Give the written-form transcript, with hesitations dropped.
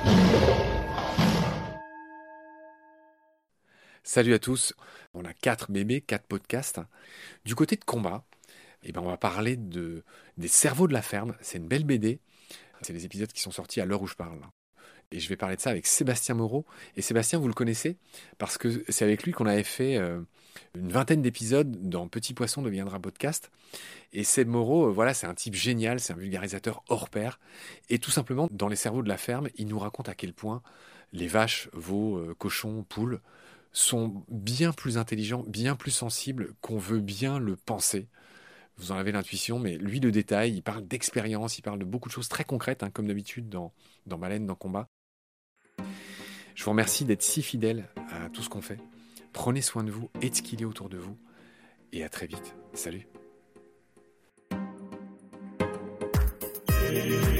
Salut à tous, on a 4 bébés, 4 podcasts. Du côté de combat, on va parler des cerveaux de la ferme. C'est une belle BD. C'est les épisodes qui sont sortis à l'heure où je parle. Et je vais parler de ça avec Sébastien Moreau. Et Sébastien, vous le connaissez parce que c'est avec lui qu'on avait fait une vingtaine d'épisodes dans Petit Poisson deviendra podcast. Et Seb Moreau, voilà, c'est un type génial, c'est un vulgarisateur hors pair. Et tout simplement, dans les cerveaux de la ferme, il nous raconte à quel point les vaches, veaux, cochons, poules sont bien plus intelligents, bien plus sensibles qu'on veut bien le penser. Vous en avez l'intuition, mais lui le détaille, il parle d'expérience, il parle de beaucoup de choses très concrètes, hein, comme d'habitude dans Baleine, dans Combat. Je vous remercie d'être si fidèles à tout ce qu'on fait. Prenez soin de vous et de ce qu'il y a autour de vous. Et à très vite. Salut.